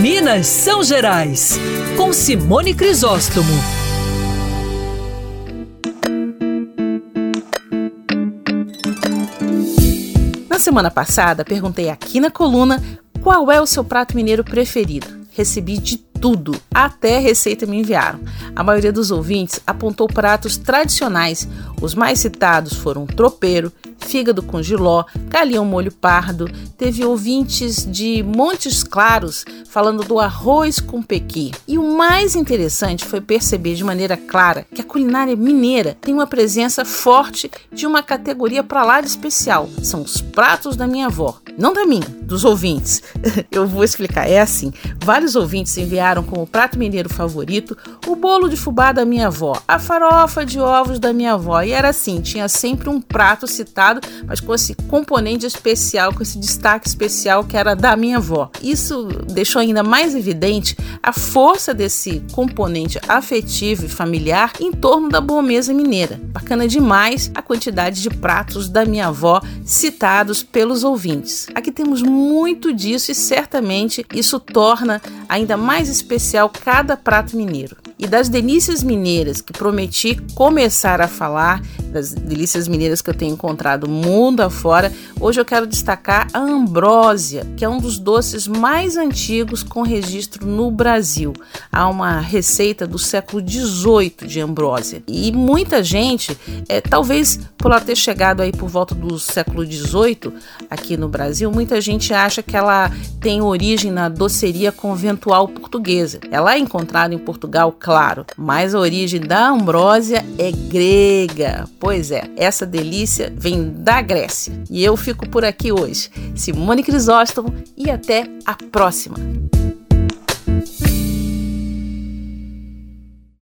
Minas São Gerais, com Simone Crisóstomo. Na semana passada, perguntei aqui na coluna qual é o seu prato mineiro preferido. Recebi de tudo, até receita me enviaram. A maioria dos ouvintes apontou pratos tradicionais. Os mais citados foram tropeiro, fígado com jiló, galinha ao molho pardo. Teve ouvintes de Montes Claros falando do arroz com pequi. E o mais interessante foi perceber de maneira clara que a culinária mineira tem uma presença forte de uma categoria pra lá de especial. São os pratos da minha avó, não da minha, dos ouvintes. Eu vou explicar, é assim. Vários ouvintes enviaram como prato mineiro favorito o bolo de fubá da minha avó, a farofa de ovos da minha avó. E era assim, tinha sempre um prato citado, mas com esse componente especial, com esse destaque especial que era da minha avó. Isso deixou ainda mais evidente a força desse componente afetivo e familiar em torno da boa mesa mineira. Bacana demais a quantidade de pratos da minha avó citados pelos ouvintes. Aqui temos muito disso e certamente isso torna ainda mais especial cada prato mineiro. E das delícias mineiras que prometi começar a falar, das delícias mineiras que eu tenho encontrado mundo afora, hoje eu quero destacar a ambrósia, que é um dos doces mais antigos com registro no Brasil. Há uma receita do século XVIII de ambrósia. E muita gente, talvez por ela ter chegado aí por volta do século XVIII aqui no Brasil, muita gente acha que ela tem origem na doceria conventual portuguesa. Ela é encontrada em Portugal, claro, mas a origem da ambrósia é grega. Pois é, essa delícia vem da Grécia. E eu fico por aqui hoje. Simone Crisóstomo e até a próxima!